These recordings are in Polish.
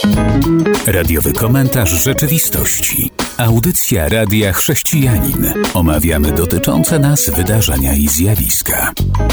Radiowy komentarz rzeczywistości. Audycja Radia Chrześcijanin. Omawiamy dotyczące nas wydarzenia i zjawiska.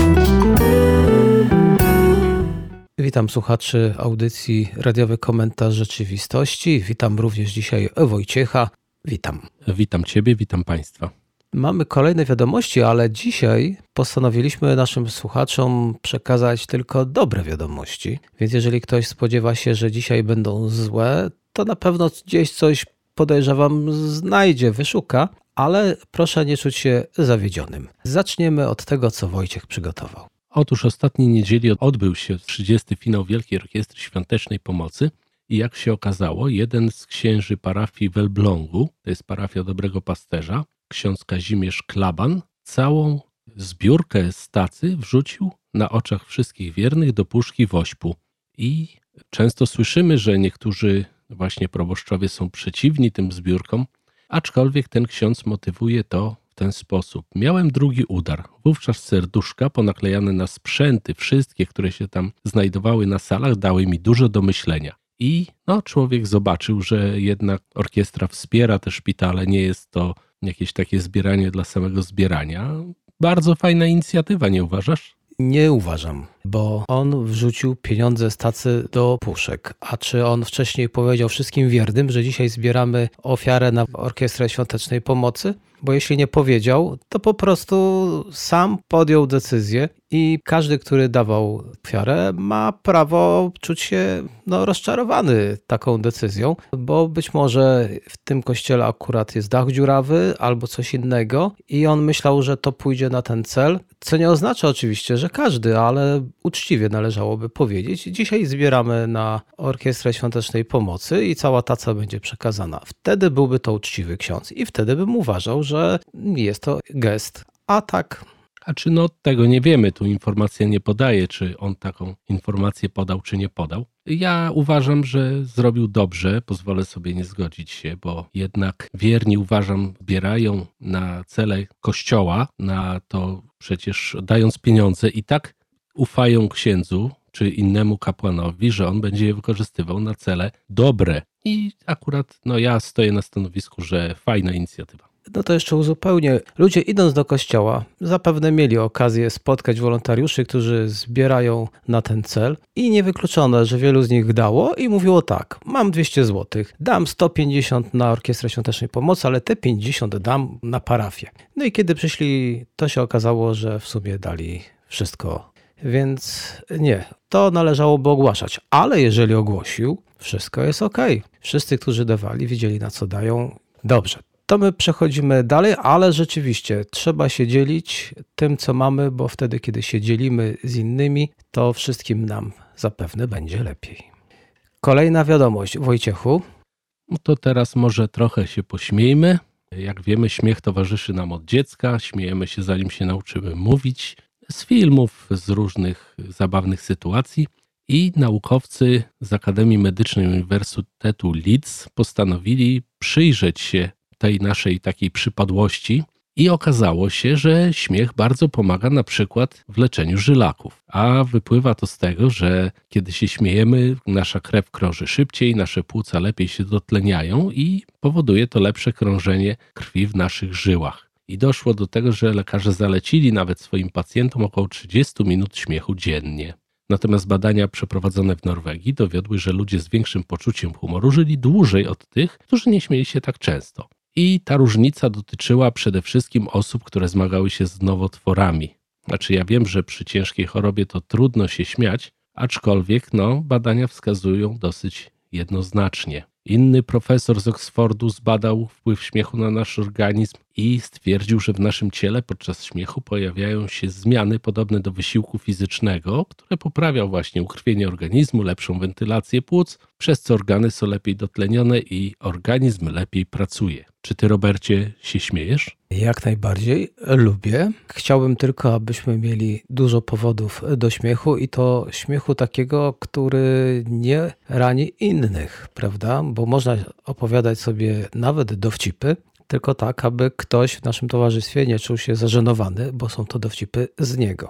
Witam słuchaczy audycji Radiowy komentarz rzeczywistości. Witam również dzisiaj Wojciecha. Witam. Witam Ciebie, witam Państwa. Mamy kolejne wiadomości, ale dzisiaj postanowiliśmy naszym słuchaczom przekazać tylko dobre wiadomości. Więc jeżeli ktoś spodziewa się, że dzisiaj będą złe, to na pewno gdzieś coś, podejrzewam, znajdzie, wyszuka, ale proszę nie czuć się zawiedzionym. Zaczniemy od tego, co Wojciech przygotował. Otóż ostatniej niedzieli odbył się 30. finał Wielkiej Orkiestry Świątecznej Pomocy i jak się okazało, jeden z księży parafii w Elblągu, to jest parafia Dobrego Pasterza, ksiądz Kazimierz Klaban, całą zbiórkę z tacy wrzucił na oczach wszystkich wiernych do puszki wośpu. I często słyszymy, że niektórzy właśnie proboszczowie są przeciwni tym zbiórkom, aczkolwiek ten ksiądz motywuje to w ten sposób. Miałem drugi udar. Wówczas serduszka ponaklejane na sprzęty, wszystkie, które się tam znajdowały na salach, dały mi dużo do myślenia. I człowiek zobaczył, że jednak orkiestra wspiera te szpitale, nie jest to jakieś takie zbieranie dla samego zbierania. Bardzo fajna inicjatywa, nie uważasz? Nie uważam, bo on wrzucił pieniądze z tacy do puszek. A czy on wcześniej powiedział wszystkim wiernym, że dzisiaj zbieramy ofiarę na Orkiestrę Świątecznej Pomocy? Bo jeśli nie powiedział, to po prostu sam podjął decyzję i każdy, który dawał ofiarę, ma prawo czuć się rozczarowany taką decyzją, bo być może w tym kościele akurat jest dach dziurawy albo coś innego i on myślał, że to pójdzie na ten cel, co nie oznacza oczywiście, że każdy, ale uczciwie należałoby powiedzieć. Dzisiaj zbieramy na Orkiestrę Świątecznej Pomocy i cała taca będzie przekazana. Wtedy byłby to uczciwy ksiądz i wtedy bym uważał, że jest to gest. A tak... A czy tego nie wiemy, tu informacja nie podaje, czy on taką informację podał, czy nie podał. Ja uważam, że zrobił dobrze, pozwolę sobie nie zgodzić się, bo jednak wierni, uważam, zbierają na cele kościoła, na to przecież dając pieniądze i tak ufają księdzu, czy innemu kapłanowi, że on będzie je wykorzystywał na cele dobre. I akurat ja stoję na stanowisku, że fajna inicjatywa. To jeszcze uzupełnię. Ludzie idąc do kościoła zapewne mieli okazję spotkać wolontariuszy, którzy zbierają na ten cel i niewykluczone, że wielu z nich dało i mówiło tak, mam 200 zł, dam 150 na Orkiestrę Świątecznej Pomocy, ale te 50 dam na parafię. I kiedy przyszli, to się okazało, że w sumie dali wszystko. Więc nie, to należałoby ogłaszać, ale jeżeli ogłosił, wszystko jest okej. Wszyscy, którzy dawali, wiedzieli na co dają. Dobrze. To my przechodzimy dalej, ale rzeczywiście trzeba się dzielić tym, co mamy, bo wtedy, kiedy się dzielimy z innymi, to wszystkim nam zapewne będzie lepiej. Kolejna wiadomość. Wojciechu? To teraz może trochę się pośmiejmy. Jak wiemy, śmiech towarzyszy nam od dziecka, śmiejemy się zanim się nauczymy mówić, z filmów, z różnych zabawnych sytuacji. I naukowcy z Akademii Medycznej Uniwersytetu Leeds postanowili przyjrzeć się tej naszej takiej przypadłości i okazało się, że śmiech bardzo pomaga na przykład w leczeniu żylaków. A wypływa to z tego, że kiedy się śmiejemy, nasza krew krąży szybciej, nasze płuca lepiej się dotleniają i powoduje to lepsze krążenie krwi w naszych żyłach. I doszło do tego, że lekarze zalecili nawet swoim pacjentom około 30 minut śmiechu dziennie. Natomiast badania przeprowadzone w Norwegii dowiodły, że ludzie z większym poczuciem humoru żyli dłużej od tych, którzy nie śmieli się tak często. I ta różnica dotyczyła przede wszystkim osób, które zmagały się z nowotworami. Ja wiem, że przy ciężkiej chorobie to trudno się śmiać, aczkolwiek badania wskazują dosyć jednoznacznie. Inny profesor z Oksfordu zbadał wpływ śmiechu na nasz organizm i stwierdził, że w naszym ciele podczas śmiechu pojawiają się zmiany podobne do wysiłku fizycznego, które poprawiał właśnie ukrwienie organizmu, lepszą wentylację płuc, przez co organy są lepiej dotlenione i organizm lepiej pracuje. Czy ty, Robercie, się śmiejesz? Jak najbardziej, lubię. Chciałbym tylko, abyśmy mieli dużo powodów do śmiechu i to śmiechu takiego, który nie rani innych, prawda? Bo można opowiadać sobie nawet dowcipy, tylko tak, aby ktoś w naszym towarzystwie nie czuł się zażenowany, bo są to dowcipy z niego.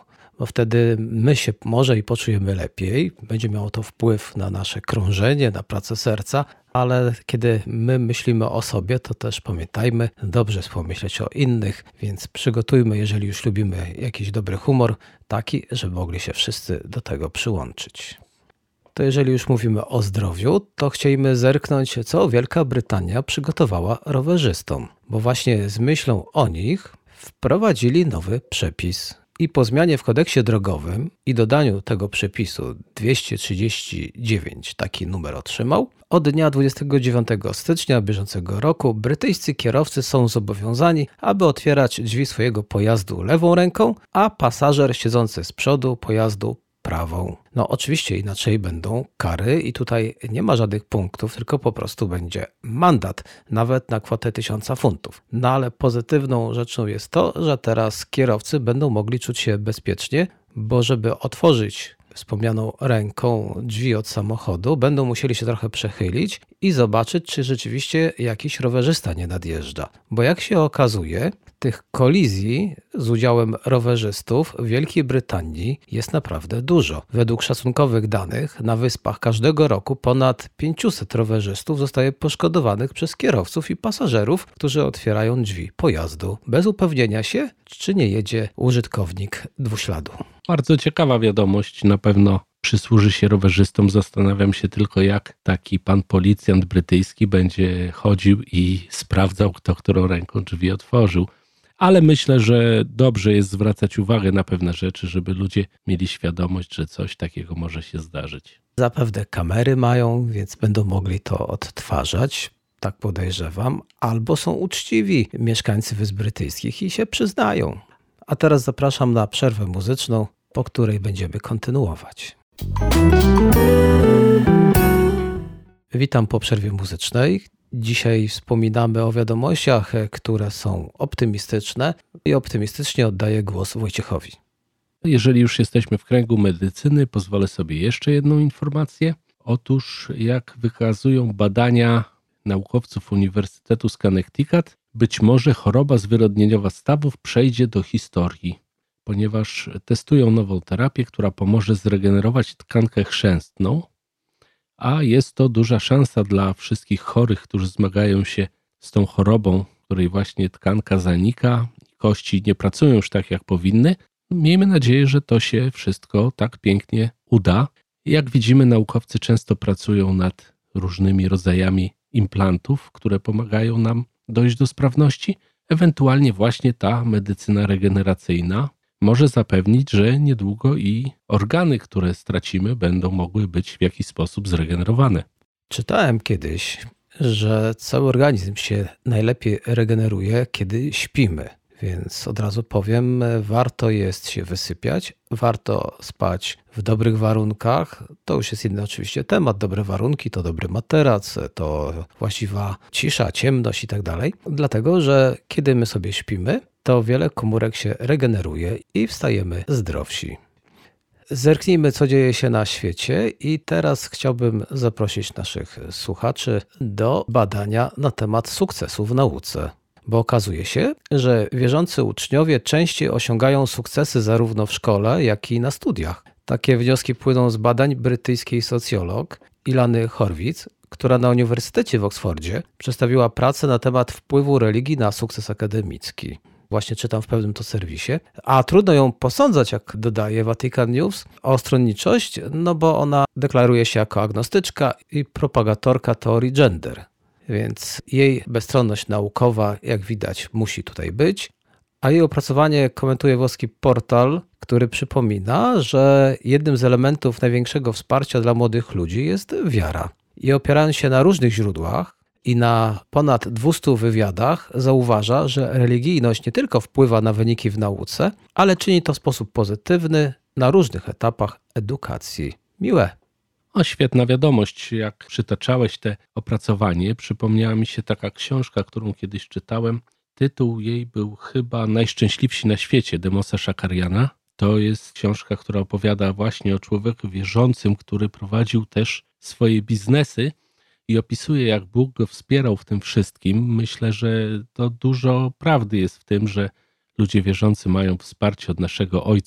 bo wtedy my się może i poczujemy lepiej, będzie miało to wpływ na nasze krążenie, na pracę serca, ale kiedy my myślimy o sobie, to też pamiętajmy, dobrze jest pomyśleć o innych, więc przygotujmy, jeżeli już lubimy jakiś dobry humor, taki, żeby mogli się wszyscy do tego przyłączyć. To jeżeli już mówimy o zdrowiu, to chcielibyśmy zerknąć, co Wielka Brytania przygotowała rowerzystom, bo właśnie z myślą o nich wprowadzili nowy przepis. I po zmianie w kodeksie drogowym i dodaniu tego przepisu 239 taki numer otrzymał, od dnia 29 stycznia bieżącego roku brytyjscy kierowcy są zobowiązani, aby otwierać drzwi swojego pojazdu lewą ręką, a pasażer siedzący z przodu pojazdu prawą. No oczywiście inaczej będą kary i tutaj nie ma żadnych punktów, tylko po prostu będzie mandat, nawet na kwotę 1000 funtów. No ale pozytywną rzeczą jest to, że teraz kierowcy będą mogli czuć się bezpiecznie, bo żeby otworzyć wspomnianą ręką drzwi od samochodu, będą musieli się trochę przechylić i zobaczyć, czy rzeczywiście jakiś rowerzysta nie nadjeżdża. Bo jak się okazuje, tych kolizji z udziałem rowerzystów w Wielkiej Brytanii jest naprawdę dużo. Według szacunkowych danych na Wyspach każdego roku ponad 500 rowerzystów zostaje poszkodowanych przez kierowców i pasażerów, którzy otwierają drzwi pojazdu bez upewnienia się, czy nie jedzie użytkownik dwuśladu. Bardzo ciekawa wiadomość, na pewno przysłuży się rowerzystom. Zastanawiam się tylko, jak taki pan policjant brytyjski będzie chodził i sprawdzał, kto którą ręką drzwi otworzył. Ale myślę, że dobrze jest zwracać uwagę na pewne rzeczy, żeby ludzie mieli świadomość, że coś takiego może się zdarzyć. Zapewne kamery mają, więc będą mogli to odtwarzać, tak podejrzewam, albo są uczciwi mieszkańcy Wysp Brytyjskich i się przyznają. A teraz zapraszam na przerwę muzyczną, po której będziemy kontynuować. Witam po przerwie muzycznej. Dzisiaj wspominamy o wiadomościach, które są optymistyczne i optymistycznie oddaję głos Wojciechowi. Jeżeli już jesteśmy w kręgu medycyny, pozwolę sobie jeszcze jedną informację. Otóż, jak wykazują badania naukowców Uniwersytetu z Connecticut, być może choroba zwyrodnieniowa stawów przejdzie do historii, ponieważ testują nową terapię, która pomoże zregenerować tkankę chrzęstną, a jest to duża szansa dla wszystkich chorych, którzy zmagają się z tą chorobą, której właśnie tkanka zanika, kości nie pracują już tak, jak powinny. Miejmy nadzieję, że to się wszystko tak pięknie uda. Jak widzimy, naukowcy często pracują nad różnymi rodzajami implantów, które pomagają nam dojść do sprawności. Ewentualnie właśnie ta medycyna regeneracyjna może zapewnić, że niedługo i organy, które stracimy, będą mogły być w jakiś sposób zregenerowane. Czytałem kiedyś, że cały organizm się najlepiej regeneruje, kiedy śpimy. Więc od razu powiem, warto jest się wysypiać, warto spać w dobrych warunkach. To już jest inny oczywiście temat. Dobre warunki to dobry materac, to właściwa cisza, ciemność i tak dalej. Dlatego, że kiedy my sobie śpimy, to wiele komórek się regeneruje i wstajemy zdrowsi. Zerknijmy, co dzieje się na świecie i teraz chciałbym zaprosić naszych słuchaczy do badania na temat sukcesu w nauce. Bo okazuje się, że wierzący uczniowie częściej osiągają sukcesy zarówno w szkole, jak i na studiach. Takie wnioski płyną z badań brytyjskiej socjolog Ilany Horwitz, która na Uniwersytecie w Oksfordzie przedstawiła pracę na temat wpływu religii na sukces akademicki. Właśnie czytam w pewnym to serwisie. A trudno ją posądzać, jak dodaje Vatican News, o stronniczość, no bo ona deklaruje się jako agnostyczka i propagatorka teorii gender. Więc jej bezstronność naukowa, jak widać, musi tutaj być. A jej opracowanie komentuje włoski portal, który przypomina, że jednym z elementów największego wsparcia dla młodych ludzi jest wiara. I opierając się na różnych źródłach i na ponad 200 wywiadach, zauważa, że religijność nie tylko wpływa na wyniki w nauce, ale czyni to w sposób pozytywny na różnych etapach edukacji. Miłe. O, świetna wiadomość. Jak przytaczałeś te opracowanie, przypomniała mi się taka książka, którą kiedyś czytałem. Tytuł jej był chyba Najszczęśliwsi na świecie, Demosa Shakariana. To jest książka, która opowiada właśnie o człowieku wierzącym, który prowadził też swoje biznesy i opisuje, jak Bóg go wspierał w tym wszystkim. Myślę, że to dużo prawdy jest w tym, że ludzie wierzący mają wsparcie od naszego Ojca,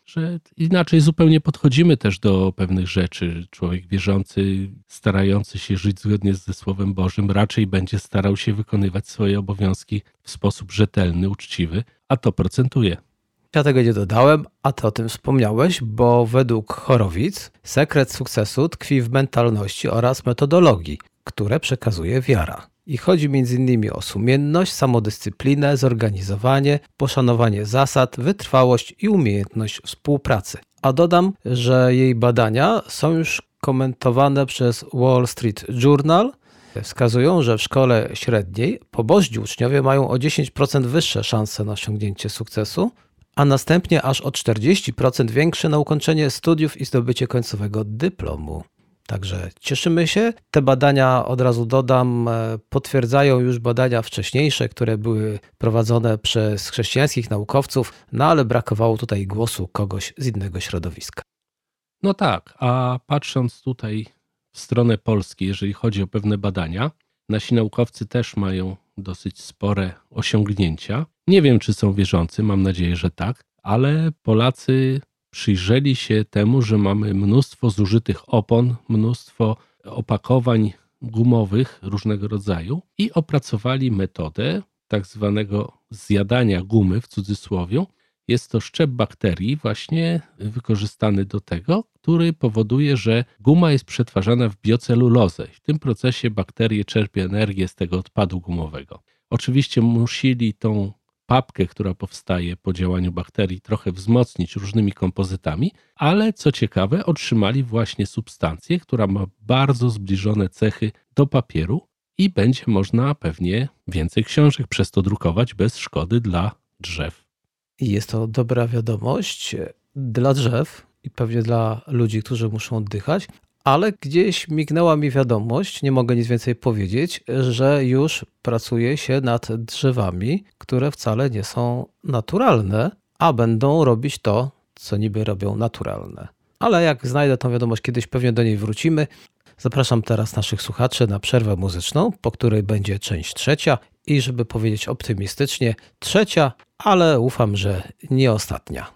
że inaczej zupełnie podchodzimy też do pewnych rzeczy. Człowiek wierzący, starający się żyć zgodnie ze Słowem Bożym, raczej będzie starał się wykonywać swoje obowiązki w sposób rzetelny, uczciwy, a to procentuje. Ja tego nie dodałem, a ty o tym wspomniałeś, bo według Chorowic sekret sukcesu tkwi w mentalności oraz metodologii, które przekazuje wiara. I chodzi m.in. o sumienność, samodyscyplinę, zorganizowanie, poszanowanie zasad, wytrwałość i umiejętność współpracy. A dodam, że jej badania są już komentowane przez Wall Street Journal. Wskazują, że w szkole średniej pobożni uczniowie mają o 10% wyższe szanse na osiągnięcie sukcesu, a następnie aż o 40% większe na ukończenie studiów i zdobycie końcowego dyplomu. Także cieszymy się. Te badania, od razu dodam, potwierdzają już badania wcześniejsze, które były prowadzone przez chrześcijańskich naukowców, no ale brakowało tutaj głosu kogoś z innego środowiska. No tak, a patrząc tutaj w stronę Polski, jeżeli chodzi o pewne badania, nasi naukowcy też mają dosyć spore osiągnięcia. Nie wiem, czy są wierzący, mam nadzieję, że tak, ale Polacy przyjrzeli się temu, że mamy mnóstwo zużytych opon, mnóstwo opakowań gumowych różnego rodzaju i opracowali metodę tak zwanego zjadania gumy w cudzysłowie. Jest to szczep bakterii właśnie wykorzystany do tego, który powoduje, że guma jest przetwarzana w biocelulozę. W tym procesie bakterie czerpią energię z tego odpadu gumowego. Oczywiście musili tą papkę, która powstaje po działaniu bakterii, trochę wzmocnić różnymi kompozytami, ale co ciekawe, otrzymali właśnie substancję, która ma bardzo zbliżone cechy do papieru i będzie można pewnie więcej książek przez to drukować bez szkody dla drzew. I jest to dobra wiadomość dla drzew i pewnie dla ludzi, którzy muszą oddychać, ale gdzieś mignęła mi wiadomość, nie mogę nic więcej powiedzieć, że już pracuje się nad drzewami, które wcale nie są naturalne, a będą robić to, co niby robią naturalne. Ale jak znajdę tą wiadomość, kiedyś pewnie do niej wrócimy. Zapraszam teraz naszych słuchaczy na przerwę muzyczną, po której będzie część trzecia i żeby powiedzieć optymistycznie, trzecia, ale ufam, że nie ostatnia.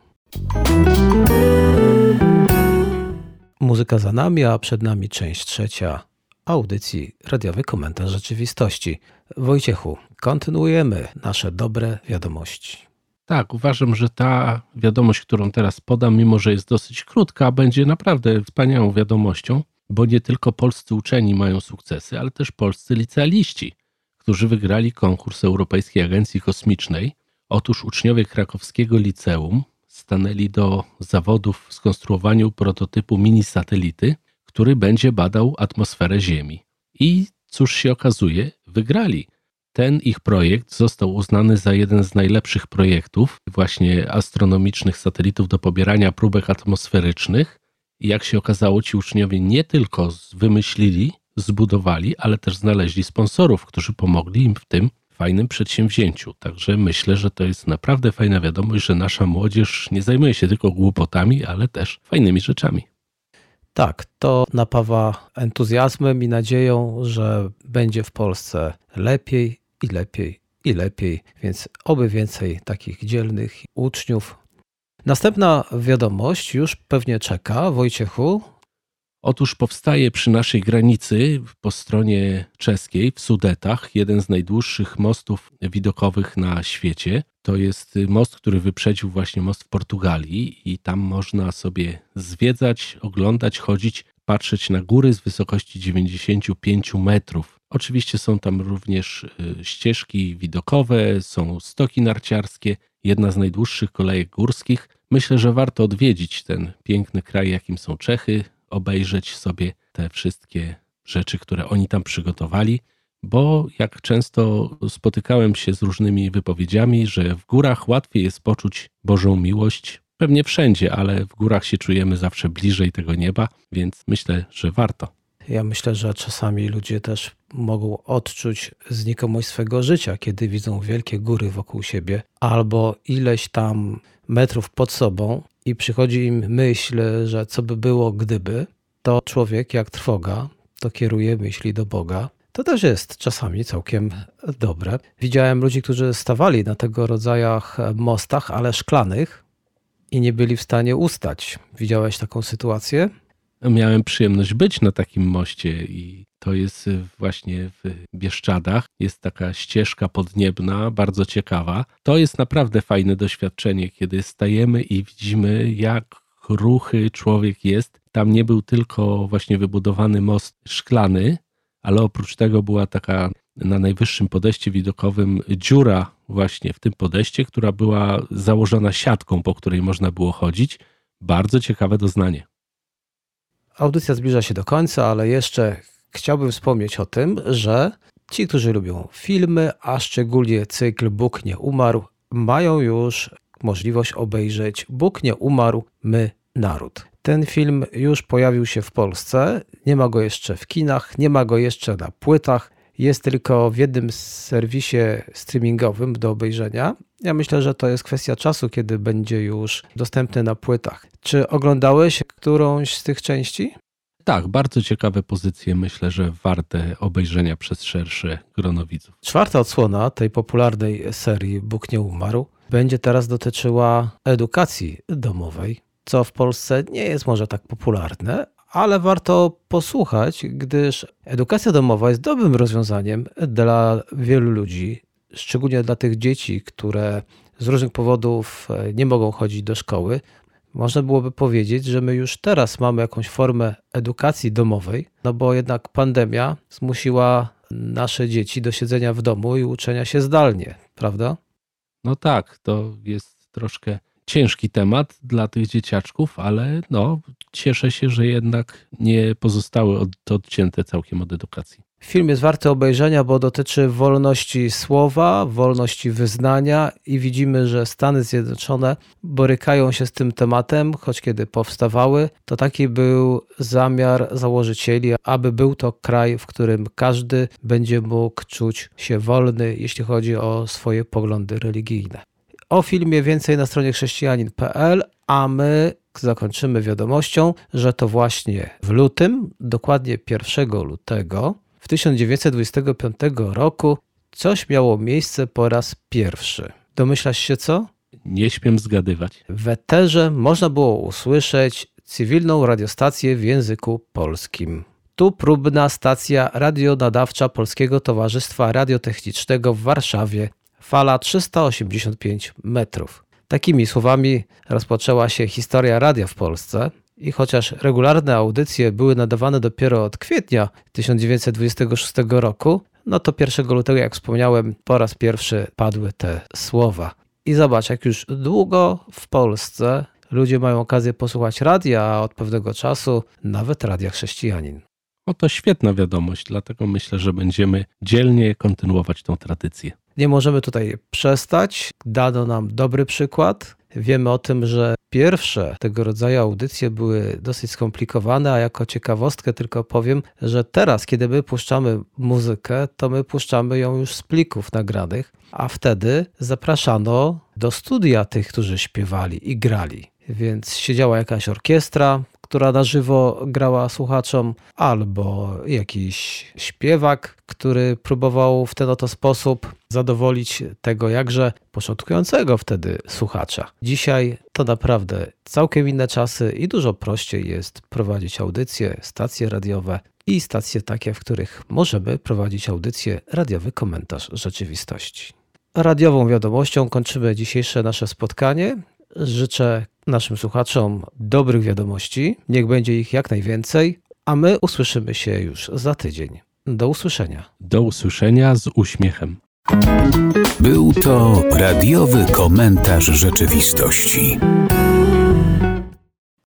Muzyka za nami, a przed nami część trzecia audycji Radiowy Komentarz Rzeczywistości. Wojciechu, kontynuujemy nasze dobre wiadomości. Tak, uważam, że ta wiadomość, którą teraz podam, mimo że jest dosyć krótka, będzie naprawdę wspaniałą wiadomością, bo nie tylko polscy uczeni mają sukcesy, ale też polscy licealiści, którzy wygrali konkurs Europejskiej Agencji Kosmicznej. Otóż uczniowie krakowskiego liceum stanęli do zawodów w skonstruowaniu prototypu mini-satelity, który będzie badał atmosferę Ziemi. I cóż się okazuje, wygrali. Ten ich projekt został uznany za jeden z najlepszych projektów właśnie astronomicznych satelitów do pobierania próbek atmosferycznych. I jak się okazało, ci uczniowie nie tylko wymyślili, zbudowali, ale też znaleźli sponsorów, którzy pomogli im w tym fajnym przedsięwzięciu. Także myślę, że to jest naprawdę fajna wiadomość, że nasza młodzież nie zajmuje się tylko głupotami, ale też fajnymi rzeczami. Tak, to napawa entuzjazmem i nadzieją, że będzie w Polsce lepiej i lepiej i lepiej, więc oby więcej takich dzielnych uczniów. Następna wiadomość już pewnie czeka. Wojciechu. Otóż powstaje przy naszej granicy po stronie czeskiej w Sudetach jeden z najdłuższych mostów widokowych na świecie. To jest most, który wyprzedził właśnie most w Portugalii i tam można sobie zwiedzać, oglądać, chodzić, patrzeć na góry z wysokości 95 metrów. Oczywiście są tam również ścieżki widokowe, są stoki narciarskie, jedna z najdłuższych kolejek górskich. Myślę, że warto odwiedzić ten piękny kraj, jakim są Czechy, obejrzeć sobie te wszystkie rzeczy, które oni tam przygotowali, bo jak często spotykałem się z różnymi wypowiedziami, że w górach łatwiej jest poczuć Bożą miłość, pewnie wszędzie, ale w górach się czujemy zawsze bliżej tego nieba, więc myślę, że warto. Ja myślę, że czasami ludzie też mogą odczuć znikomość swego życia, kiedy widzą wielkie góry wokół siebie albo ileś tam metrów pod sobą i przychodzi im myśl, że co by było gdyby, to człowiek jak trwoga, to kieruje myśli do Boga. To też jest czasami całkiem dobre. Widziałem ludzi, którzy stawali na tego rodzaju mostach, ale szklanych i nie byli w stanie ustać. Widziałeś taką sytuację? Miałem przyjemność być na takim moście i to jest właśnie w Bieszczadach. Jest taka ścieżka podniebna, bardzo ciekawa. To jest naprawdę fajne doświadczenie, kiedy stajemy i widzimy, jak ruchy człowiek jest. Tam nie był tylko właśnie wybudowany most szklany, ale oprócz tego była taka na najwyższym podejście widokowym dziura właśnie w tym podejście, która była założona siatką, po której można było chodzić. Bardzo ciekawe doznanie. Audycja zbliża się do końca, ale jeszcze chciałbym wspomnieć o tym, że ci, którzy lubią filmy, a szczególnie cykl Bóg nie umarł, mają już możliwość obejrzeć Bóg nie umarł, my naród. Ten film już pojawił się w Polsce, nie ma go jeszcze w kinach, nie ma go jeszcze na płytach, jest tylko w jednym serwisie streamingowym do obejrzenia. Ja myślę, że to jest kwestia czasu, kiedy będzie już dostępny na płytach. Czy oglądałeś którąś z tych części? Tak, bardzo ciekawe pozycje, myślę, że warte obejrzenia przez szersze grono widzów. 4. odsłona tej popularnej serii Bóg nie umarł będzie teraz dotyczyła edukacji domowej, co w Polsce nie jest może tak popularne, ale warto posłuchać, gdyż edukacja domowa jest dobrym rozwiązaniem dla wielu ludzi, szczególnie dla tych dzieci, które z różnych powodów nie mogą chodzić do szkoły. Można byłoby powiedzieć, że my już teraz mamy jakąś formę edukacji domowej, no bo jednak pandemia zmusiła nasze dzieci do siedzenia w domu i uczenia się zdalnie, prawda? No tak, to jest troszkę ciężki temat dla tych dzieciaczków, ale cieszę się, że jednak nie pozostały odcięte całkiem od edukacji. Film jest warty obejrzenia, bo dotyczy wolności słowa, wolności wyznania i widzimy, że Stany Zjednoczone borykają się z tym tematem, choć kiedy powstawały, to taki był zamiar założycieli, aby był to kraj, w którym każdy będzie mógł czuć się wolny, jeśli chodzi o swoje poglądy religijne. O filmie więcej na stronie chrześcijanin.pl, a my zakończymy wiadomością, że to właśnie w lutym, dokładnie 1 lutego, w 1925 roku coś miało miejsce po raz pierwszy. Domyślasz się co? Nie śmiem zgadywać. W eterze można było usłyszeć cywilną radiostację w języku polskim. Tu próbna stacja radionadawcza Polskiego Towarzystwa Radiotechnicznego w Warszawie. Fala 385 metrów. Takimi słowami rozpoczęła się historia radia w Polsce i chociaż regularne audycje były nadawane dopiero od kwietnia 1926 roku, no to 1 lutego, jak wspomniałem, po raz pierwszy padły te słowa. I zobacz, jak już długo w Polsce ludzie mają okazję posłuchać radia, a od pewnego czasu nawet Radia Chrześcijanin. To świetna wiadomość, dlatego myślę, że będziemy dzielnie kontynuować tą tradycję. Nie możemy tutaj przestać. Dano nam dobry przykład. Wiemy o tym, że pierwsze tego rodzaju audycje były dosyć skomplikowane, a jako ciekawostkę tylko powiem, że teraz, kiedy my puszczamy muzykę, to my puszczamy ją już z plików nagranych, a wtedy zapraszano do studia tych, którzy śpiewali i grali. Więc siedziała jakaś orkiestra, która na żywo grała słuchaczom, albo jakiś śpiewak, który próbował w ten oto sposób zadowolić tego jakże początkującego wtedy słuchacza. Dzisiaj to naprawdę całkiem inne czasy i dużo prościej jest prowadzić audycje, stacje radiowe i stacje takie, w których możemy prowadzić audycje, radiowy komentarz rzeczywistości. Radiową wiadomością kończymy dzisiejsze nasze spotkanie. Życzę naszym słuchaczom dobrych wiadomości, niech będzie ich jak najwięcej, a my usłyszymy się już za tydzień. Do usłyszenia. Do usłyszenia z uśmiechem. Był to radiowy komentarz rzeczywistości.